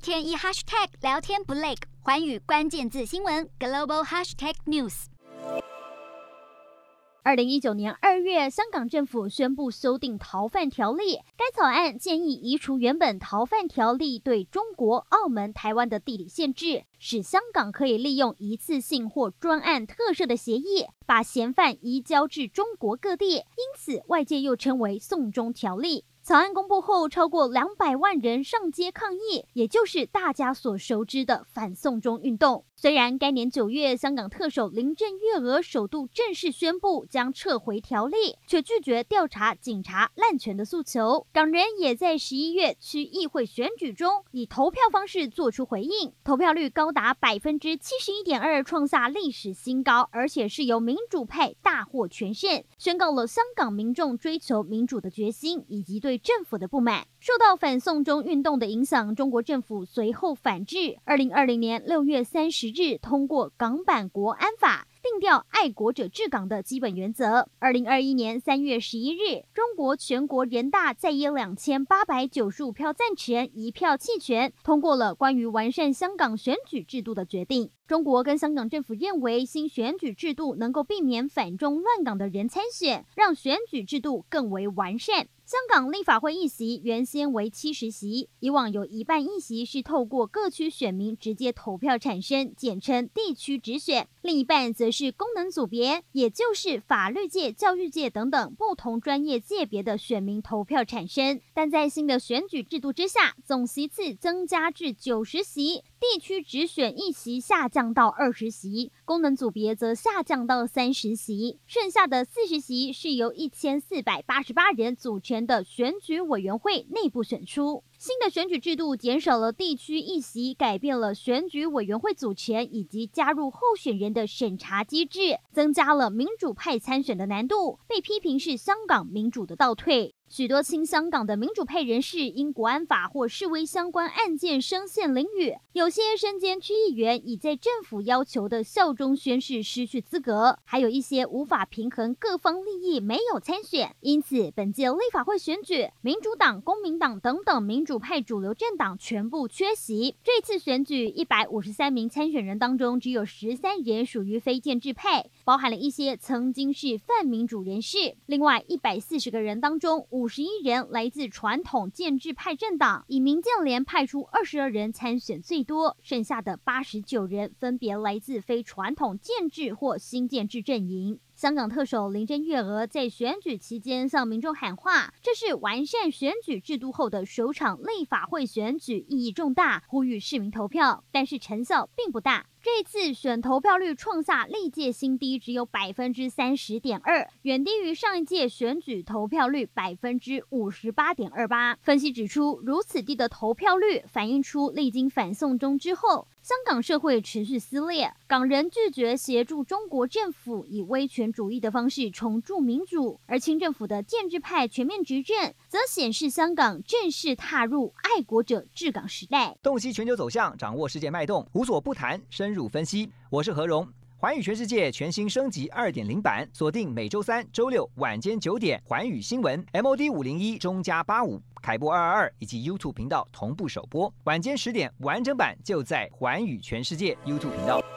天一 hashtag 聊天不累，寰宇关键字新闻 global hashtag news。 2019年2月，香港政府宣布修订逃犯条例。该草案建议移除原本逃犯条例对中国、澳门、台湾的地理限制，使香港可以利用一次性或专案特赦的协议，把嫌犯移交至中国各地。因此，外界又称为送中条例。草案公布后，超过200万人上街抗议，也就是大家所熟知的反送中运动。虽然该年9月，香港特首林郑月娥首度正式宣布将撤回条例，却拒绝调查警察滥权的诉求。港人也在11月区议会选举中以投票方式做出回应，投票率高达71.2%，创下历史新高，而且是由民主派大获全胜，宣告了香港民众追求民主的决心以及对政府的不满。受到反送中运动的影响，中国政府随后反制。2020年6月30日通过港版国安法，定调爱国者治港的基本原则。2021年3月11日，中国全国人大再以2895票赞成、1票弃权，通过了关于完善香港选举制度的决定。中国跟香港政府认为，新选举制度能够避免反中乱港的人参选，让选举制度更为完善。香港立法会议席原先为70席，以往有一半议席是透过各区选民直接投票产生，简称地区直选；另一半则是功能组别，也就是法律界、教育界等等不同专业界别的选民投票产生。但在新的选举制度之下，总席次增加至90席，地区直选议席下降到20席，功能组别则下降到30席，剩下的40席是由1488人组成的选举委员会内部选出。新的选举制度减少了地区议席，改变了选举委员会组成以及加入候选人的审查机制，增加了民主派参选的难度，被批评是香港民主的倒退。许多亲香港的民主派人士因国安法或示威相关案件声线囹圄，有些身兼区议员已在政府要求的效忠宣誓失去资格，还有一些无法平衡各方利益没有参选。因此，本届立法会选举，民主党、公民党等等民主派主流政党全部缺席。这次选举153名参选人当中，只有13人属于非建制派，包含了一些曾经是泛民主人士。另外140个人当中，51人来自传统建制派政党，以民建联派出22人参选最多，剩下的89人分别来自非传统建制或新建制阵营。香港特首林郑月娥在选举期间向民众喊话，这是完善选举制度后的首场立法会选举，意义重大，呼吁市民投票，但是成效并不大。这一次选投票率创下历届新低，只有30.2%，远低于上一届选举投票率58.28%。分析指出，如此低的投票率反映出历经反送中之后，香港社会持续撕裂，港人拒绝协助中国政府以威权主义的方式重铸民主，而清政府的建制派全面执政，则显示香港正式踏入爱国者治港时代。 洞悉全球走向，掌握世界脉动，无所不谈，深入分析。我是何荣。寰宇全世界全新升级2.0版，锁定每周3、周6晚间9点，寰宇新闻 MOD 501中加85，凯播222以及 YouTube 频道同步首播。晚间10点完整版就在寰宇全世界 YouTube 频道。